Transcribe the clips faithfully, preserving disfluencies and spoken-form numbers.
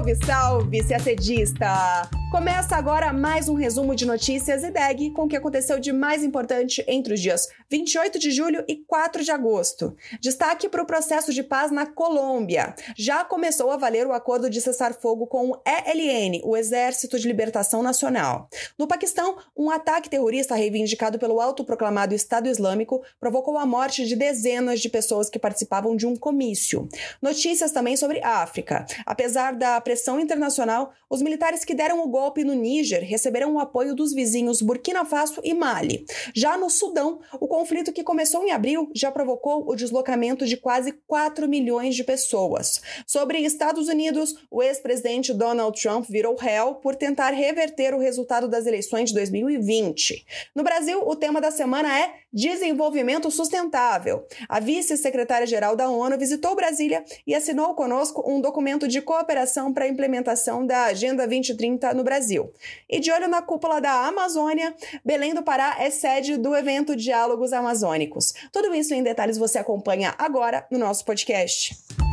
Salve, salve, CACDista! Começa agora mais um resumo de notícias e D E G com o que aconteceu de mais importante entre os dias vinte e oito de julho e quatro de agosto. Destaque para o processo de paz na Colômbia. Já começou a valer o acordo de cessar-fogo com o E L N, o Exército de Libertação Nacional. No Paquistão, um ataque terrorista reivindicado pelo autoproclamado Estado Islâmico provocou a morte de dezenas de pessoas que participavam de um comício. Notícias também sobre África. Apesar da pressão internacional, os militares que deram o golpe no Níger receberam o apoio dos vizinhos Burkina Faso e Mali. Já no Sudão, o conflito que começou em abril já provocou o deslocamento de quase quatro milhões de pessoas. Sobre Estados Unidos, o ex-presidente Donald Trump virou réu por tentar reverter o resultado das eleições de dois mil e vinte. No Brasil, o tema da semana é desenvolvimento sustentável. A vice-secretária-geral da ONU visitou Brasília e assinou conosco um documento de cooperação para a implementação da Agenda vinte trinta no Brasil. E de olho na cúpula da Amazônia, Belém do Pará é sede do evento Diálogos Amazônicos. Tudo isso em detalhes você acompanha agora no nosso podcast.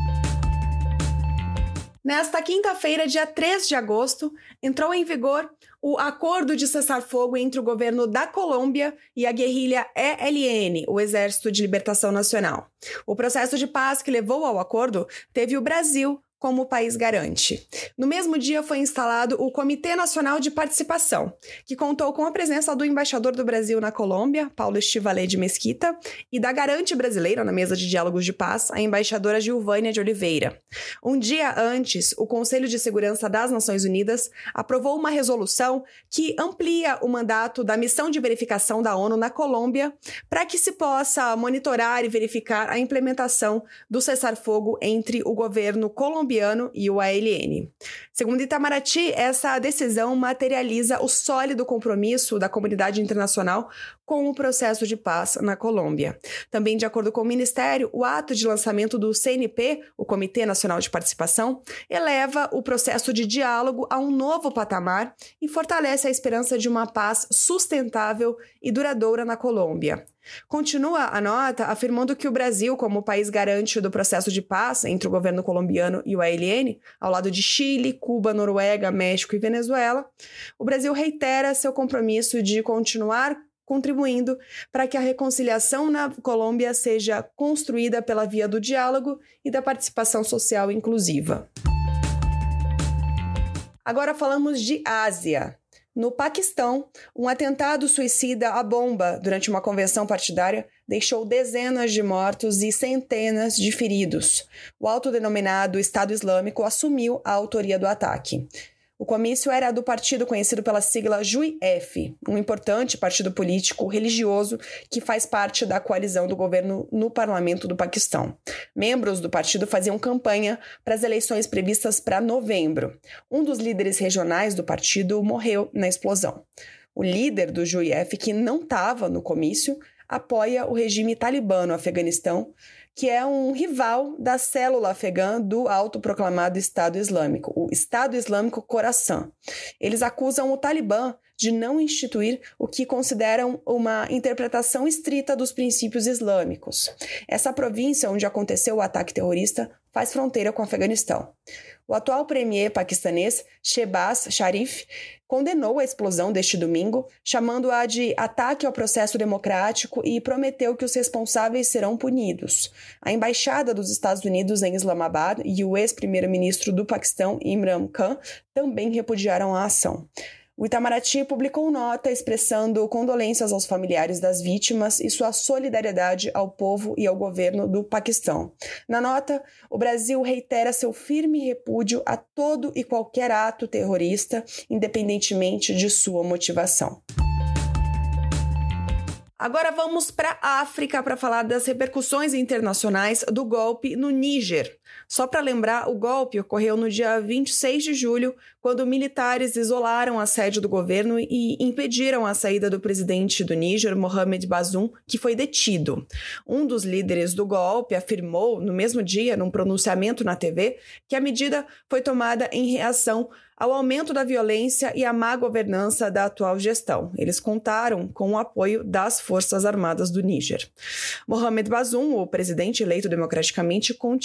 Nesta quinta-feira, dia três de agosto, entrou em vigor o acordo de cessar-fogo entre o governo da Colômbia e a guerrilha E L N, o Exército de Libertação Nacional. O processo de paz que levou ao acordo teve o Brasil como o país garante. No mesmo dia foi instalado o Comitê Nacional de Participação, que contou com a presença do embaixador do Brasil na Colômbia, Paulo Estivalé de Mesquita, e da garante brasileira na mesa de diálogos de paz, a embaixadora Gilvânia de Oliveira. Um dia antes, o Conselho de Segurança das Nações Unidas aprovou uma resolução que amplia o mandato da missão de verificação da ONU na Colômbia para que se possa monitorar e verificar a implementação do cessar-fogo entre o governo colombiano e o E L N. Segundo Itamaraty, essa decisão materializa o sólido compromisso da comunidade internacional com o processo de paz na Colômbia. Também, de acordo com o Ministério, o ato de lançamento do C N P, o Comitê Nacional de Participação, eleva o processo de diálogo a um novo patamar e fortalece a esperança de uma paz sustentável e duradoura na Colômbia. Continua a nota afirmando que o Brasil, como país garante do processo de paz entre o governo colombiano e o E L N, ao lado de Chile, Cuba, Noruega, México e Venezuela, o Brasil reitera seu compromisso de continuar contribuindo para que a reconciliação na Colômbia seja construída pela via do diálogo e da participação social inclusiva. Agora falamos de Ásia. No Paquistão, um atentado suicida à bomba durante uma convenção partidária deixou dezenas de mortos e centenas de feridos. O autodenominado Estado Islâmico assumiu a autoria do ataque. O comício era do partido conhecido pela sigla J U I-F, um importante partido político religioso que faz parte da coalizão do governo no parlamento do Paquistão. Membros do partido faziam campanha para as eleições previstas para novembro. Um dos líderes regionais do partido morreu na explosão. O líder do J U I-F, que não estava no comício, apoia o regime talibã no Afeganistão, que é um rival da célula afegã do autoproclamado Estado Islâmico, o Estado Islâmico Khorasan. Eles acusam o Talibã de não instituir o que consideram uma interpretação estrita dos princípios islâmicos. Essa província onde aconteceu o ataque terrorista faz fronteira com o Afeganistão. O atual premier paquistanês, Shehbaz Sharif, condenou a explosão deste domingo, chamando-a de ataque ao processo democrático e prometeu que os responsáveis serão punidos. A embaixada dos Estados Unidos em Islamabad e o ex-primeiro-ministro do Paquistão, Imran Khan, também repudiaram a ação. O Itamaraty publicou nota expressando condolências aos familiares das vítimas e sua solidariedade ao povo e ao governo do Paquistão. Na nota, o Brasil reitera seu firme repúdio a todo e qualquer ato terrorista, independentemente de sua motivação. Agora vamos para a África para falar das repercussões internacionais do golpe no Níger. Só para lembrar, o golpe ocorreu no dia vinte e seis de julho, quando militares isolaram a sede do governo e impediram a saída do presidente do Níger, Mohamed Bazoum, que foi detido. Um dos líderes do golpe afirmou, no mesmo dia, num pronunciamento na T V, que a medida foi tomada em reação ao aumento da violência e à má governança da atual gestão. Eles contaram com o apoio das Forças Armadas do Níger. Mohamed Bazoum, o presidente eleito democraticamente, continua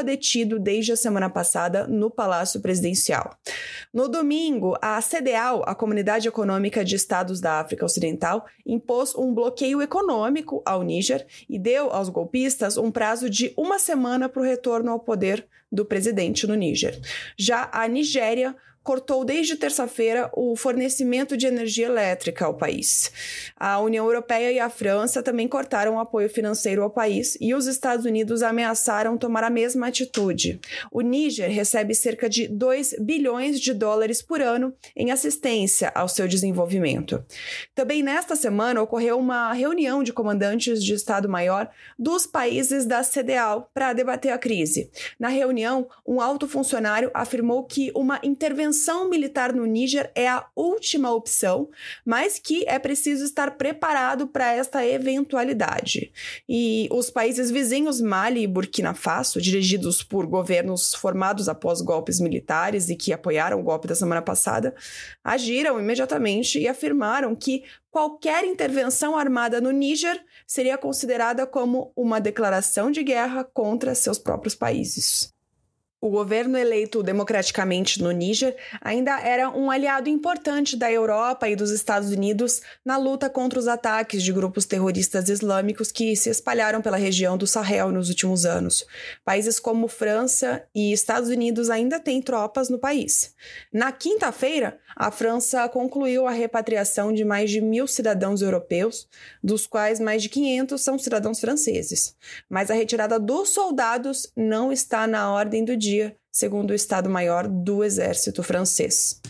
detido desde a semana passada no Palácio Presidencial. No domingo, a CEDEAO, a Comunidade Econômica de Estados da África Ocidental, impôs um bloqueio econômico ao Níger e deu aos golpistas um prazo de uma semana para o retorno ao poder do presidente no Níger. Já a Nigéria cortou desde terça-feira o fornecimento de energia elétrica ao país. A União Europeia e a França também cortaram o apoio financeiro ao país e os Estados Unidos ameaçaram tomar a mesma atitude. O Níger recebe cerca de dois bilhões de dólares por ano em assistência ao seu desenvolvimento. Também nesta semana ocorreu uma reunião de comandantes de Estado-Maior dos países da CEDEAO para debater a crise. Na reunião, um alto funcionário afirmou que uma intervenção A intervenção militar no Níger é a última opção, mas que é preciso estar preparado para esta eventualidade. E os países vizinhos Mali e Burkina Faso, dirigidos por governos formados após golpes militares e que apoiaram o golpe da semana passada, agiram imediatamente e afirmaram que qualquer intervenção armada no Níger seria considerada como uma declaração de guerra contra seus próprios países. O governo eleito democraticamente no Níger ainda era um aliado importante da Europa e dos Estados Unidos na luta contra os ataques de grupos terroristas islâmicos que se espalharam pela região do Sahel nos últimos anos. Países como França e Estados Unidos ainda têm tropas no país. Na quinta-feira, a França concluiu a repatriação de mais de mil cidadãos europeus, dos quais mais de quinhentos são cidadãos franceses. Mas a retirada dos soldados não está na ordem do dia, segundo o Estado-Maior do Exército francês.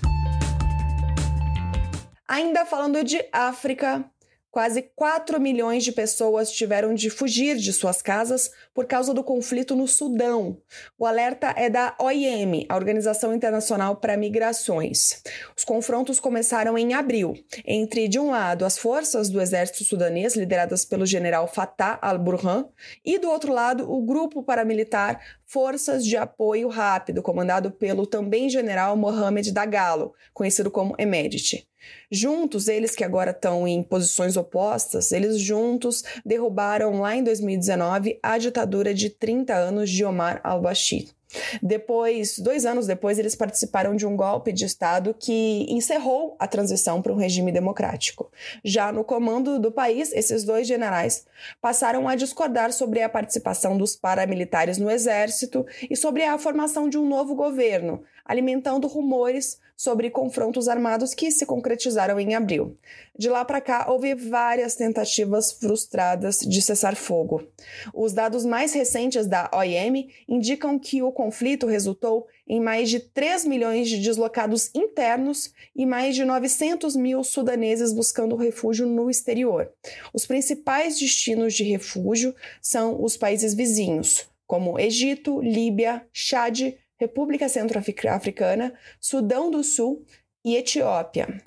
Ainda falando de África, quase quatro milhões de pessoas tiveram de fugir de suas casas por causa do conflito no Sudão. O alerta é da O I M, a Organização Internacional para Migrações. Os confrontos começaram em abril, entre, de um lado, as forças do exército sudanês, lideradas pelo general Fatah al-Burhan, e, do outro lado, o grupo paramilitar Forças de Apoio Rápido, comandado pelo também general Mohamed Dagalo, conhecido como Emedit. Juntos, eles que agora estão em posições opostas, eles juntos derrubaram lá em dois mil e dezenove a ditadura de trinta anos de Omar al-Bashir. Depois, dois anos depois, eles participaram de um golpe de Estado que encerrou a transição para um regime democrático. Já no comando do país, esses dois generais passaram a discordar sobre a participação dos paramilitares no exército e sobre a formação de um novo governo, alimentando rumores sobre confrontos armados que se concretizaram em abril. De lá para cá, houve várias tentativas frustradas de cessar fogo. Os dados mais recentes da O I M indicam que o conflito resultou em mais de três milhões de deslocados internos e mais de novecentos mil sudaneses buscando refúgio no exterior. Os principais destinos de refúgio são os países vizinhos, como Egito, Líbia, Chad, República Centro-Africana, Sudão do Sul e Etiópia.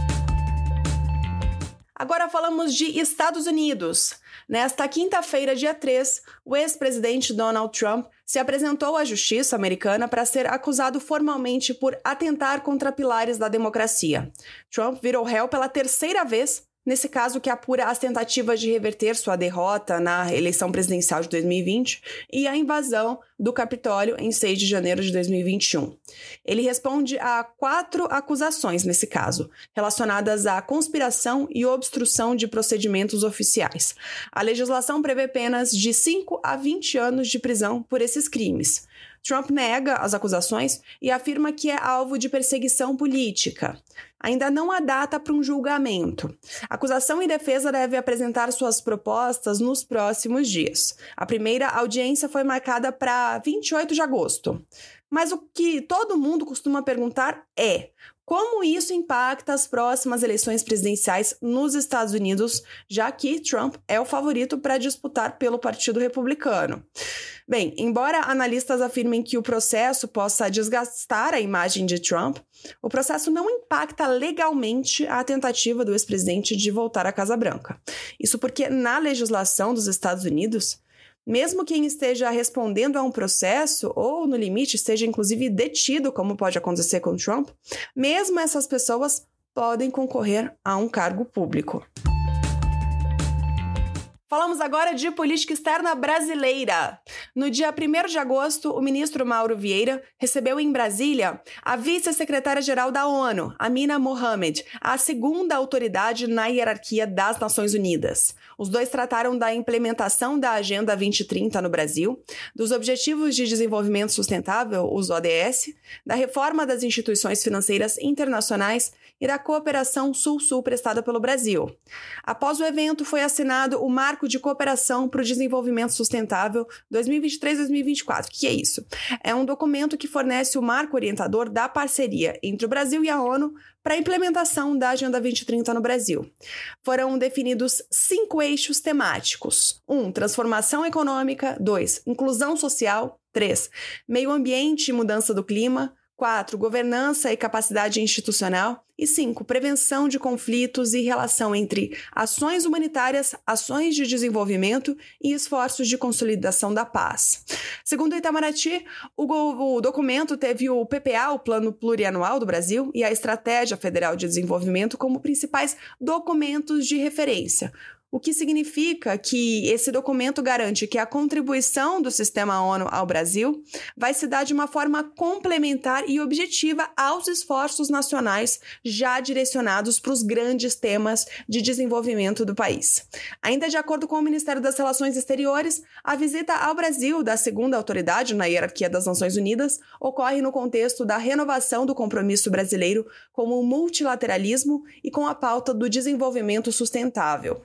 Agora falamos de Estados Unidos. Nesta quinta-feira, dia três, o ex-presidente Donald Trump se apresentou à justiça americana para ser acusado formalmente por atentar contra pilares da democracia. Trump virou réu pela terceira vez, nesse caso que apura as tentativas de reverter sua derrota na eleição presidencial de dois mil e vinte e a invasão do Capitólio em seis de janeiro de dois mil e vinte e um. Ele responde a quatro acusações nesse caso, relacionadas à conspiração e obstrução de procedimentos oficiais. A legislação prevê penas de cinco a vinte anos de prisão por esses crimes. Trump nega as acusações e afirma que é alvo de perseguição política. Ainda não há data para um julgamento. Acusação e defesa devem apresentar suas propostas nos próximos dias. A primeira audiência foi marcada para vinte e oito de agosto. Mas o que todo mundo costuma perguntar é: como isso impacta as próximas eleições presidenciais nos Estados Unidos, já que Trump é o favorito para disputar pelo Partido Republicano? Bem, embora analistas afirmem que o processo possa desgastar a imagem de Trump, o processo não impacta legalmente a tentativa do ex-presidente de voltar à Casa Branca. Isso porque, na legislação dos Estados Unidos, mesmo quem esteja respondendo a um processo, ou no limite esteja inclusive detido, como pode acontecer com Trump, mesmo essas pessoas podem concorrer a um cargo público. Falamos agora de política externa brasileira. No dia primeiro de agosto, o ministro Mauro Vieira recebeu em Brasília a vice-secretária-geral da ONU, Amina Mohamed, a segunda autoridade na hierarquia das Nações Unidas. Os dois trataram da implementação da Agenda vinte trinta no Brasil, dos Objetivos de Desenvolvimento Sustentável, os O D S, da reforma das instituições financeiras internacionais e da cooperação Sul-Sul prestada pelo Brasil. Após o evento, foi assinado o Marco de Cooperação para o Desenvolvimento Sustentável dois mil e vinte e três a dois mil e vinte e quatro. O que é isso? É um documento que fornece o marco orientador da parceria entre o Brasil e a ONU para a implementação da Agenda vinte trinta no Brasil. Foram definidos cinco eixos temáticos. um. Transformação econômica. dois. Inclusão social. três. Meio ambiente e mudança do clima. quatro. Governança e capacidade institucional. E cinco. Prevenção de conflitos e relação entre ações humanitárias, ações de desenvolvimento e esforços de consolidação da paz. Segundo o Itamaraty, o, o documento teve o P P A, o Plano Plurianual do Brasil, e a Estratégia Federal de Desenvolvimento como principais documentos de referência. O que significa que esse documento garante que a contribuição do sistema ONU ao Brasil vai se dar de uma forma complementar e objetiva aos esforços nacionais já direcionados para os grandes temas de desenvolvimento do país. Ainda de acordo com o Ministério das Relações Exteriores, a visita ao Brasil da segunda autoridade na hierarquia das Nações Unidas ocorre no contexto da renovação do compromisso brasileiro com o multilateralismo e com a pauta do desenvolvimento sustentável.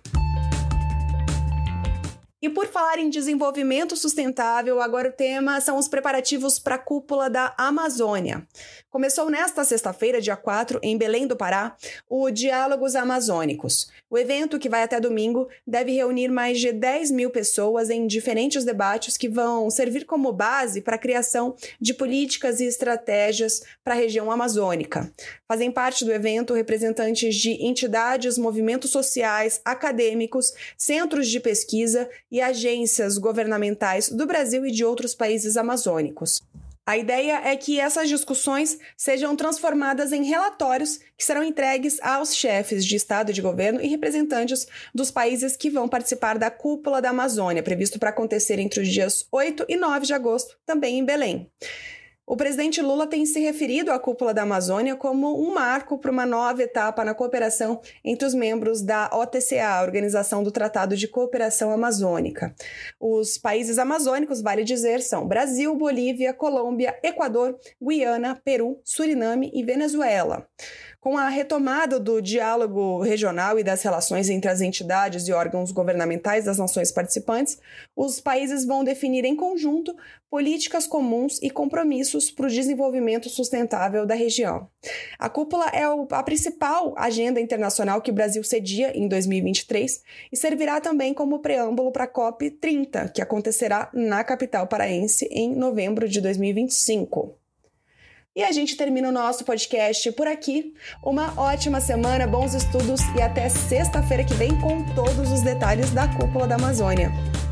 E por falar em desenvolvimento sustentável, agora o tema são os preparativos para a cúpula da Amazônia. Começou nesta sexta-feira, dia quatro, em Belém do Pará, o Diálogos Amazônicos. O evento, que vai até domingo, deve reunir mais de dez mil pessoas em diferentes debates que vão servir como base para a criação de políticas e estratégias para a região amazônica. Fazem parte do evento representantes de entidades, movimentos sociais, acadêmicos, centros de pesquisa e agências governamentais do Brasil e de outros países amazônicos. A ideia é que essas discussões sejam transformadas em relatórios que serão entregues aos chefes de Estado e de governo e representantes dos países que vão participar da Cúpula da Amazônia, previsto para acontecer entre os dias oito e nove de agosto, também em Belém. O presidente Lula tem se referido à Cúpula da Amazônia como um marco para uma nova etapa na cooperação entre os membros da O T C A, a Organização do Tratado de Cooperação Amazônica. Os países amazônicos, vale dizer, são Brasil, Bolívia, Colômbia, Equador, Guiana, Peru, Suriname e Venezuela. Com a retomada do diálogo regional e das relações entre as entidades e órgãos governamentais das nações participantes, os países vão definir em conjunto políticas comuns e compromissos para o desenvolvimento sustentável da região. A cúpula é a principal agenda internacional que o Brasil cedia em dois mil e vinte e três e servirá também como preâmbulo para a COP trinta, que acontecerá na capital paraense em novembro de dois mil e vinte e cinco. E a gente termina o nosso podcast por aqui. Uma ótima semana, bons estudos e até sexta-feira que vem com todos os detalhes da Cúpula da Amazônia.